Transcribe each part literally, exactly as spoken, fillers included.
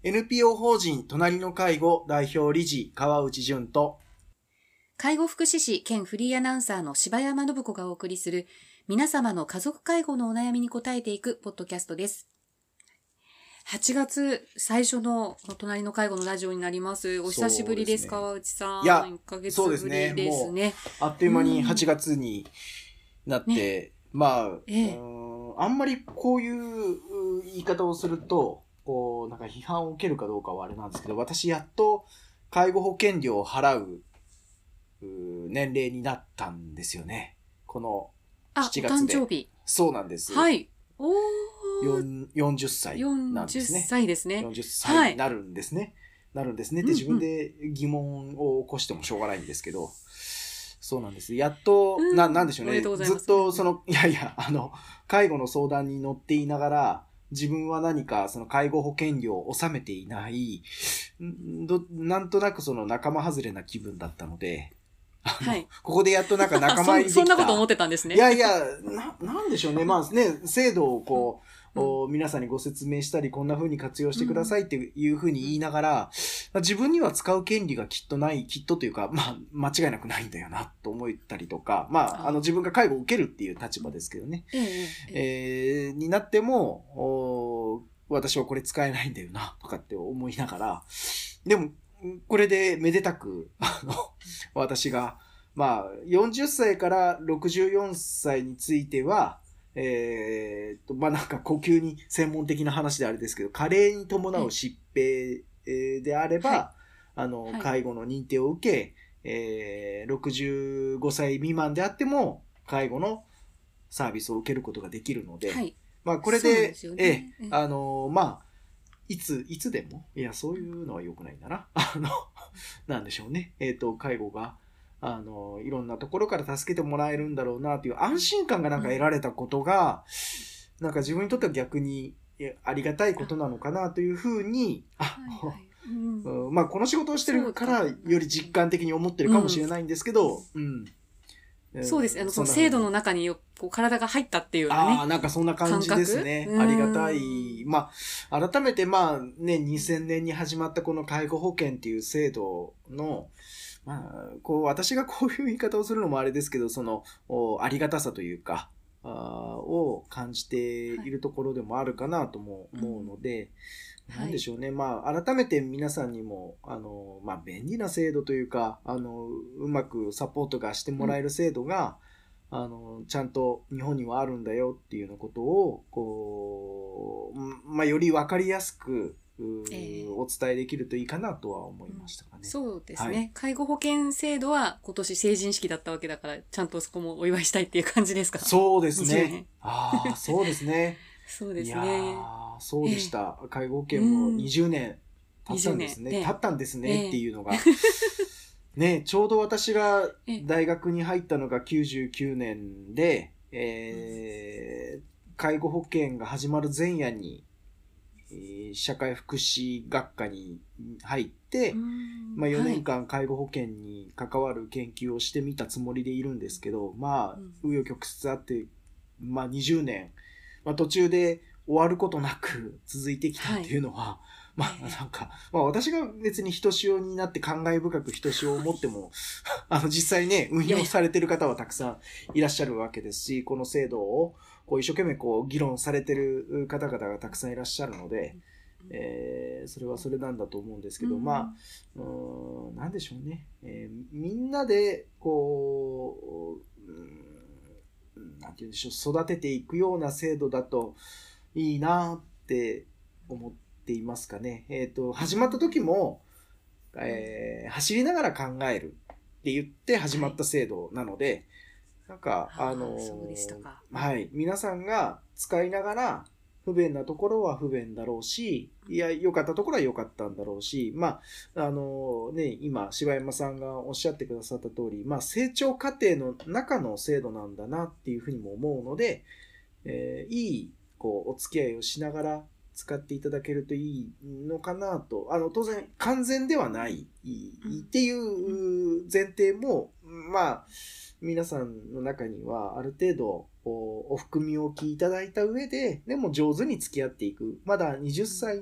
エヌピーオー 法人隣の介護代表理事川内淳と介護福祉士兼フリーアナウンサーの柴山信子がお送りする皆様の家族介護のお悩みに答えていくポッドキャストです。はちがつ最初の隣の介護のラジオになります。お久しぶりです、ですね、川内さん。 いや、 いっかげつぶりですね。ですね。 あっという間にはちがつになって、ね、まあ、 ええ、 うん、あんまりこういう言い方をすると、こう、なんか批判を受けるかどうかはあれなんですけど、私やっと介護保険料を払う年齢になったんですよね。このしちがつで。 あ、お誕生日。 そうなんです。 はい。おー。 よんじゅっさいなんですね。 よんじゅっさいですね。 よんじゅっさいになるんですね。はい、なるんですね。で、自分で疑問を起こしてもしょうがないんですけど、そうなんです。やっと、うん、な、なんでしょうね。ずっと、その、いやいや、あの、介護の相談に乗っていながら、自分は何かその介護保険料を納めていない、どなんとなくその仲間外れな気分だったので、はい、ここでやっとなんか仲間入りできた。 そ, そんなこと思ってたんですね。 いやいや、な、なんでしょうね。まあね、制度をこう、うん、皆さんにご説明したり、こんな風に活用してくださいっていう風に言いながら、うん、自分には使う権利がきっとない、きっとというか、まあ、間違いなくないんだよな、と思ったりとか、まあ、あの、自分が介護を受けるっていう立場ですけどね。えええー、になっても、私はこれ使えないんだよな、とかって思いながら、でも、これでめでたく、あの、私が、まあ、よんじゅっさいからろくじゅうよんさいについては、えー、と、まあ、なんか呼吸に専門的な話であれですけど、加齢に伴う疾病であれば、はい、あの、はい、介護の認定を受け、えー、ろくじゅうごさい未満であっても、介護のサービスを受けることができるので、はい、まあ、これで、でね、え、あの、まあ、いつ、いつでも、いや、そういうのは良くないんだな。あの、なんでしょうね。えっと、介護が、あの、いろんなところから助けてもらえるんだろうなっていう安心感がなんか得られたことが、うん、なんか自分にとっては逆にありがたいことなのかなというふうに、あ、はいはい、うんうん、まあこの仕事をしてるからより実感的に思ってるかもしれないんですけど、うん。 うん、そうですね。あの、その制度の中にこう体が入ったっていうね。 ああ、なんかそんな感じですね。ありがたい。まあ、改めてまあね、にせんねんに始まったこの介護保険っていう制度の、まあ、こう、私がこういう言い方をするのもあれですけど、その、ありがたさというか、あを感じているところでもあるかなとも思うので、はい、なんでしょうね。まあ、改めて皆さんにも、あの、まあ、便利な制度というか、あの、うまくサポートがしてもらえる制度が、うん、あの、ちゃんと日本にはあるんだよっていうようなことを、こう、まあ、よりわかりやすく、えー、お伝えできるといいかなとは思いましたかね。 うん、そうですね、はい。介護保険制度は今年成人式だったわけだから、ちゃんとそこもお祝いしたいっていう感じですか？ そうですね。ああ、そうですね。 そうですね。 いやそうでした。えー、介護保険もにじゅうねん経ったんですね。経ったんですねっていうのが。えー、ね、ちょうど私が大学に入ったのがきゅうじゅうきゅうねんで、えー、介護保険が始まる前夜に、社会福祉学科に入って、まあよねんかん介護保険に関わる研究をしてみたつもりでいるんですけど、まあ、紆余曲折あって、まあにじゅうねん、まあ途中で終わることなく続いてきたっていうのは、はい、まあなんか、まあ私が別にひとしおになって感慨深くひとしおを持っても、あの実際ね、運用されてる方はたくさんいらっしゃるわけですし、この制度をこう一生懸命こう議論されてる方々がたくさんいらっしゃるので、えー、それはそれなんだと思うんですけど、うん、まあ、うーん、なんでしょうね、えー、みんなでこう、うん、なんて言うんでしょう、育てていくような制度だといいなって思っていますかね。えっと、始まった時も、えー、走りながら考えるって言って始まった制度なので、はいなんか、あのー、はい、皆さんが使いながら、不便なところは不便だろうし、いや、良かったところは良かったんだろうし、まあ、あのー、ね、今、柴山さんがおっしゃってくださった通り、まあ、成長過程の中の制度なんだなっていうふうにも思うので、えー、いい、こう、お付き合いをしながら使っていただけるといいのかなと、あの、当然、完全ではないっていう前提も、まあ、皆さんの中にはある程度お含み置きいただいた上で、でも上手に付き合っていく。まだはたちの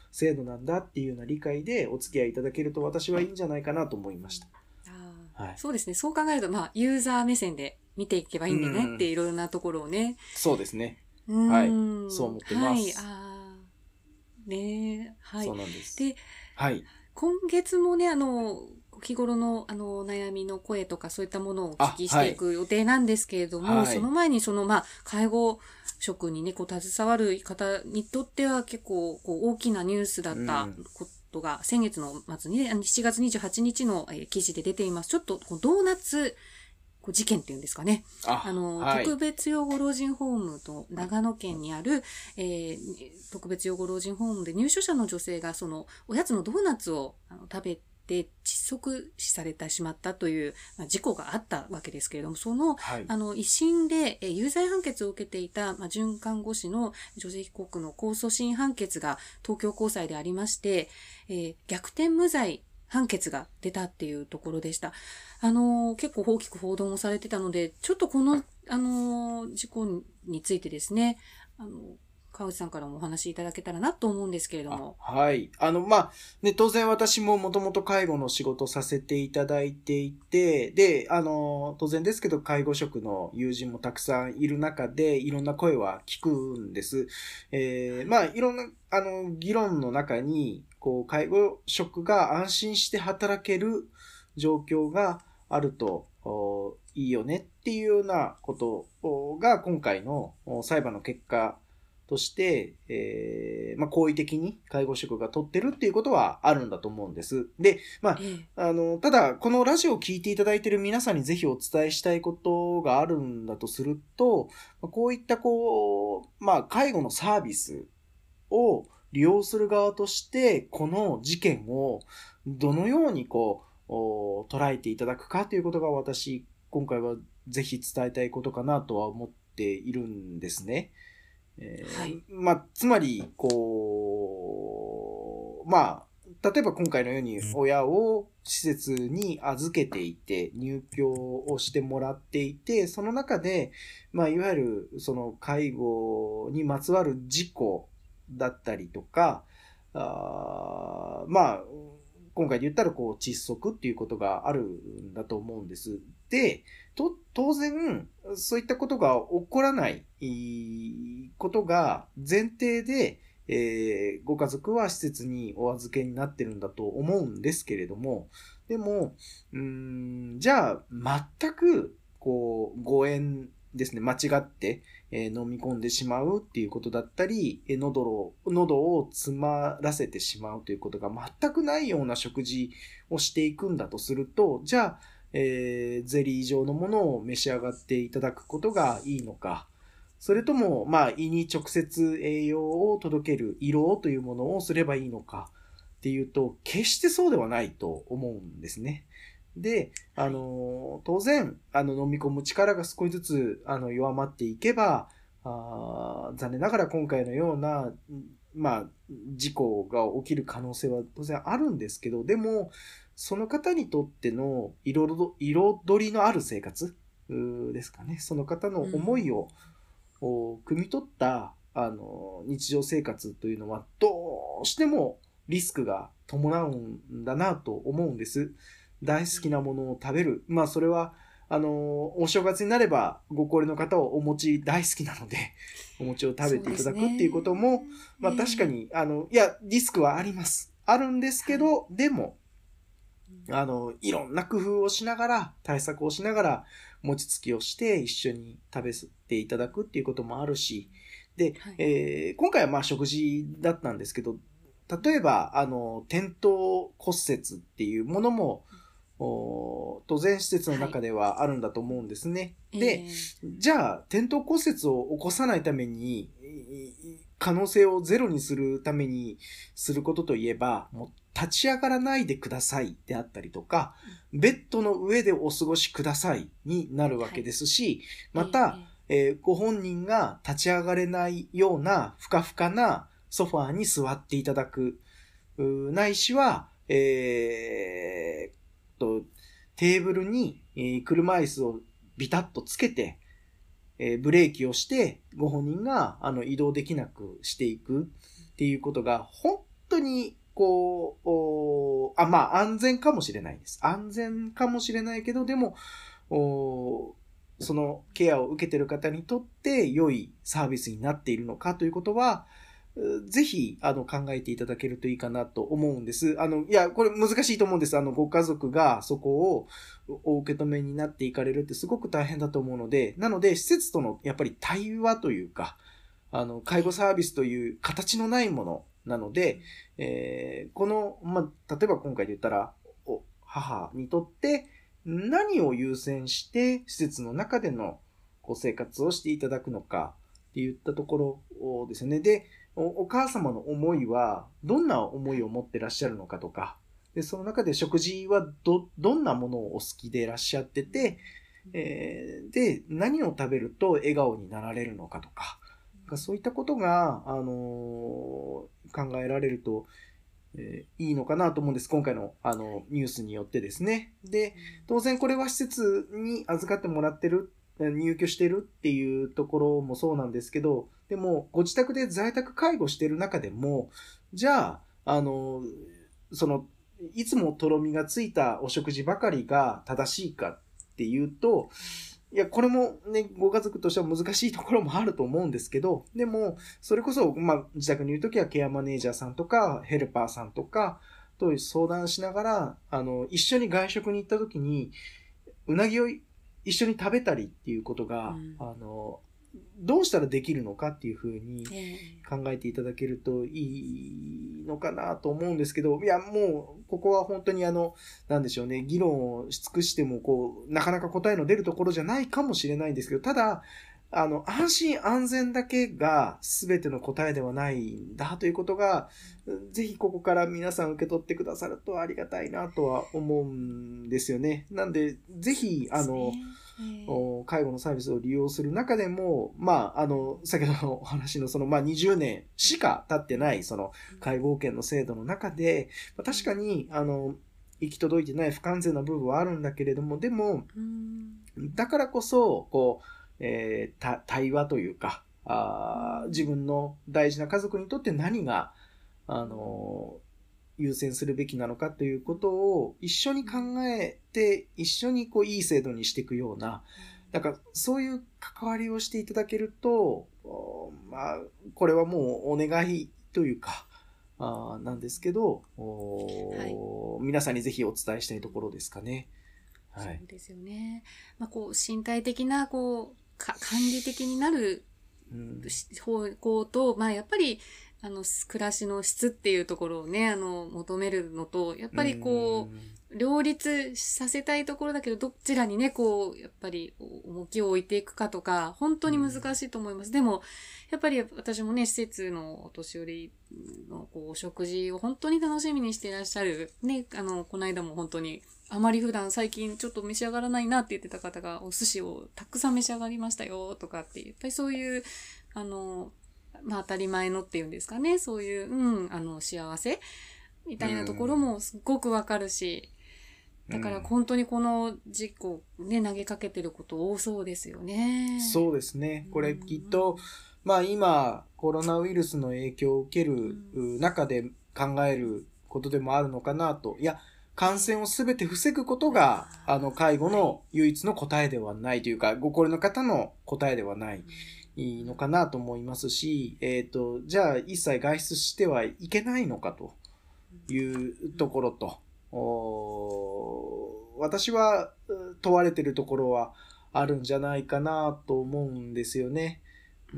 制度なんだっていうような理解でお付き合いいただけると私はいいんじゃないかなと思いました。 あ、はい、そうですね。そう考えると、まあ、ユーザー目線で見ていけばいいんだねっていろんなところをね。 そうですね。はい。そう思ってます。はい。 あねはい。 そうなんです。 で、 はい。 今月もね、あの、日頃のあの悩みの声とかそういったものをお聞きしていく予定なんですけれども、はい、その前にそのまあ介護職にねこう携わる方にとっては結構こう大きなニュースだったことが、うん、先月の末に、ね、しちがつにじゅうはちにちの記事で出ています。ちょっとこうドーナツ事件っていうんですかね。あ, あの、はい、特別養護老人ホームと長野県にある、えー、特別養護老人ホームで入所者の女性がそのおやつのドーナツをあの食べてで窒息死されてしまったという、まあ、事故があったわけですけれども、その、はい、あの、一審で、え有罪判決を受けていた、まあ、准看護師の女性被告の控訴審判決が東京高裁でありまして、えー、逆転無罪判決が出たっていうところでした。あのー、結構大きく報道もされてたので、ちょっとこの、あのー、事故についてですね、あのー川内さんからもお話しいただけたらなと思うんですけれども。 はい。あの、まあ、ね、当然私ももともと介護の仕事させていただいていて、で、あの、当然ですけど、介護職の友人もたくさんいる中で、いろんな声は聞くんです。えー、まあ、いろんな、あの、議論の中に、こう、介護職が安心して働ける状況があると、いいよねっていうようなことが、今回の裁判の結果、として、えー、まあ、好意的に介護職が取ってるっていうことはあるんだと思うんです。で、まあ、あの、ただ、このラジオを聞いていただいている皆さんにぜひお伝えしたいことがあるんだとすると、こういったこう、まあ、介護のサービスを利用する側として、この事件をどのようにこう、捉えていただくかということが私、今回はぜひ伝えたいことかなとは思っているんですね。えーはい、まあ、つまり、こう、まあ、例えば今回のように親を施設に預けていて、入居をしてもらっていて、その中で、まあ、いわゆる、その介護にまつわる事故だったりとか、あまあ、今回で言ったら、こう、窒息っていうことがあるんだと思うんです。で、と、当然、そういったことが起こらないことが前提で、えー、ご家族は施設にお預けになってるんだと思うんですけれども、でも、うーん、じゃあ、全く、こう、誤嚥ですね、間違って、えー、飲み込んでしまうっていうことだったり、えー、喉を、喉を詰まらせてしまうということが全くないような食事をしていくんだとすると、じゃあ、えー、ゼリー状のものを召し上がっていただくことがいいのか、それとも、まあ、胃に直接栄養を届ける胃ろうというものをすればいいのかっていうと、決してそうではないと思うんですね。で、あの、当然、あの、飲み込む力が少しずつ、あの、弱まっていけば、あ残念ながら今回のような、まあ、事故が起きる可能性は当然あるんですけど、でも、その方にとっての彩りのある生活ですかね。その方の思いを、うん、汲み取った、あの、日常生活というのは、どうしてもリスクが伴うんだなと思うんです。大好きなものを食べる。まあ、それは、あの、お正月になれば、ご高齢の方はお餅大好きなので、お餅を食べていただくっていうことも、まあ、確かに、あの、いや、リスクはあります。あるんですけど、はい、でも、あの、いろんな工夫をしながら、対策をしながら、餅つきをして一緒に食べていただくっていうこともあるし、で、はい、えー、今回はまあ食事だったんですけど、例えば、あの、転倒骨折っていうものも、当然施設の中ではあるんだと思うんですね。はい、で、えー、じゃあ、転倒骨折を起こさないために、可能性をゼロにするためにすることといえば、もう立ち上がらないでくださいであったりとか、ベッドの上でお過ごしくださいになるわけですし、はい、また、えー、ご本人が立ち上がれないようなふかふかなソファーに座っていただく、ないしは、えー、とテーブルに、えー、車椅子をビタッとつけて、えー、ブレーキをしてご本人があの移動できなくしていくっていうことが本当に、こう、おあ、まあ、安全かもしれないです。安全かもしれないけど、でも、おそのケアを受けている方にとって良いサービスになっているのかということは、ぜひ、あの、考えていただけるといいかなと思うんです。あの、いや、これ難しいと思うんです。あの、ご家族がそこをお受け止めになっていかれるってすごく大変だと思うので、なので、施設とのやっぱり対話というか、あの、介護サービスという形のないものなので、えー、この、まあ、例えば今回で言ったら、お母にとって何を優先して施設の中でのご生活をしていただくのかっていったところですよね。で、お、お母様の思いはどんな思いを持ってらっしゃるのかとか、で、その中で食事はど、どんなものをお好きでいらっしゃってて、えー、で、何を食べると笑顔になられるのかとか、そういったことが、あのー考えられると、えーいいのかなと思うんです。今回の、あの、ニュースによってですね。で、当然これは施設に預かってもらってる、入居してるっていうところもそうなんですけど、でも、ご自宅で在宅介護してる中でも、じゃあ、あの、その、いつもとろみがついたお食事ばかりが正しいかっていうと、いや、これもね、ご家族としては難しいところもあると思うんですけど、でも、それこそ、まあ、自宅にいるときはケアマネージャーさんとか、ヘルパーさんとか、と相談しながら、あの、一緒に外食に行ったときに、うなぎを一緒に食べたりっていうことが、うん、あの、どうしたらできるのかっていうふうに考えていただけるといいのかなと思うんですけど、いや、もう、ここは本当にあの、なんでしょうね、議論をし尽くしても、こう、なかなか答えの出るところじゃないかもしれないんですけど、ただ、あの、安心安全だけが全ての答えではないんだということが、ぜひここから皆さん受け取ってくださるとありがたいなとは思うんですよね。なんで、ぜひ、あの、介護のサービスを利用する中でも、まあ、あの、先ほどのお話のその、まあ、にじゅうねんしか経ってない、その、介護保険の制度の中で、確かに、あの、行き届いてない不完全な部分はあるんだけれども、でも、だからこそ、こう、えー、た対話というか、あ自分の大事な家族にとって何が、あの、優先するべきなのかということを一緒に考えて、一緒にこういい制度にしていくような、なんかそういう関わりをしていただけると、まあ、これはもうお願いというか、あなんですけど、はい、皆さんにぜひお伝えしたいところですかね。 はい、そうですよね。まあ、こう身体的なこうか管理的になる方向と、まあやっぱりあの暮らしの質っていうところをねあの求めるのとやっぱりこう両立させたいところだけどどちらにねこうやっぱり重きを置いていくかとか本当に難しいと思います。でもやっぱり私もね施設のお年寄りのこうお食事を本当に楽しみにしていらっしゃるねあのこの間も本当にあまり普段最近ちょっと召し上がらないなって言ってた方がお寿司をたくさん召し上がりましたよとかってやっぱりそういうあのまあ当たり前のっていうんですかねそういううんあの幸せみたいなところもすごくわかるし、だから本当にこの事故ね投げかけてること多そうですよね。 そうですね。これきっとまあ今コロナウイルスの影響を受ける中で考えることでもあるのかなと。いや。感染をすべて防ぐことが、あの、介護の唯一の答えではないというか、ご高齢の方の答えではないのかなと思いますし、えっと、じゃあ一切外出してはいけないのかというところと、私は問われているところはあるんじゃないかなと思うんですよね。うん、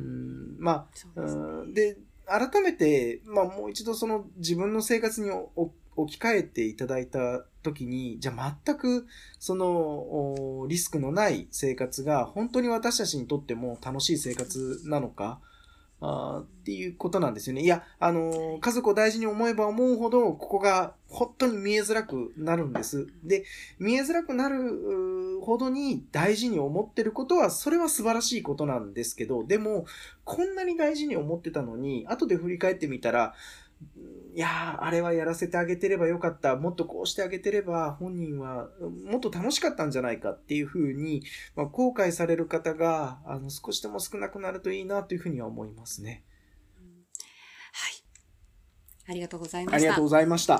まあ、で、改めて、まあもう一度その自分の生活にお置き換えていただいたときに、じゃあ全くそのリスクのない生活が本当に私たちにとっても楽しい生活なのかあっていうことなんですよね。いや、あの、家族を大事に思えば思うほど、ここが本当に見えづらくなるんです。で、見えづらくなるほどに大事に思ってることは、それは素晴らしいことなんですけど、でも、こんなに大事に思ってたのに、後で振り返ってみたら、いやー、あれはやらせてあげてればよかった。もっとこうしてあげてれば、本人はもっと楽しかったんじゃないかっていうふうに、まあ、後悔される方が、あの、少しでも少なくなるといいなというふうには思いますね。 はい。 ありがとうございました。 ありがとうございました。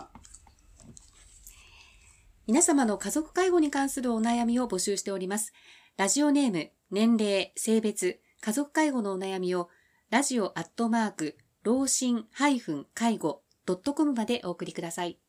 皆様の家族介護に関するお悩みを募集しております。ラジオネーム、年齢、性別、家族介護のお悩みをラジオアットマーク老人介護ドットコムまでお送りください。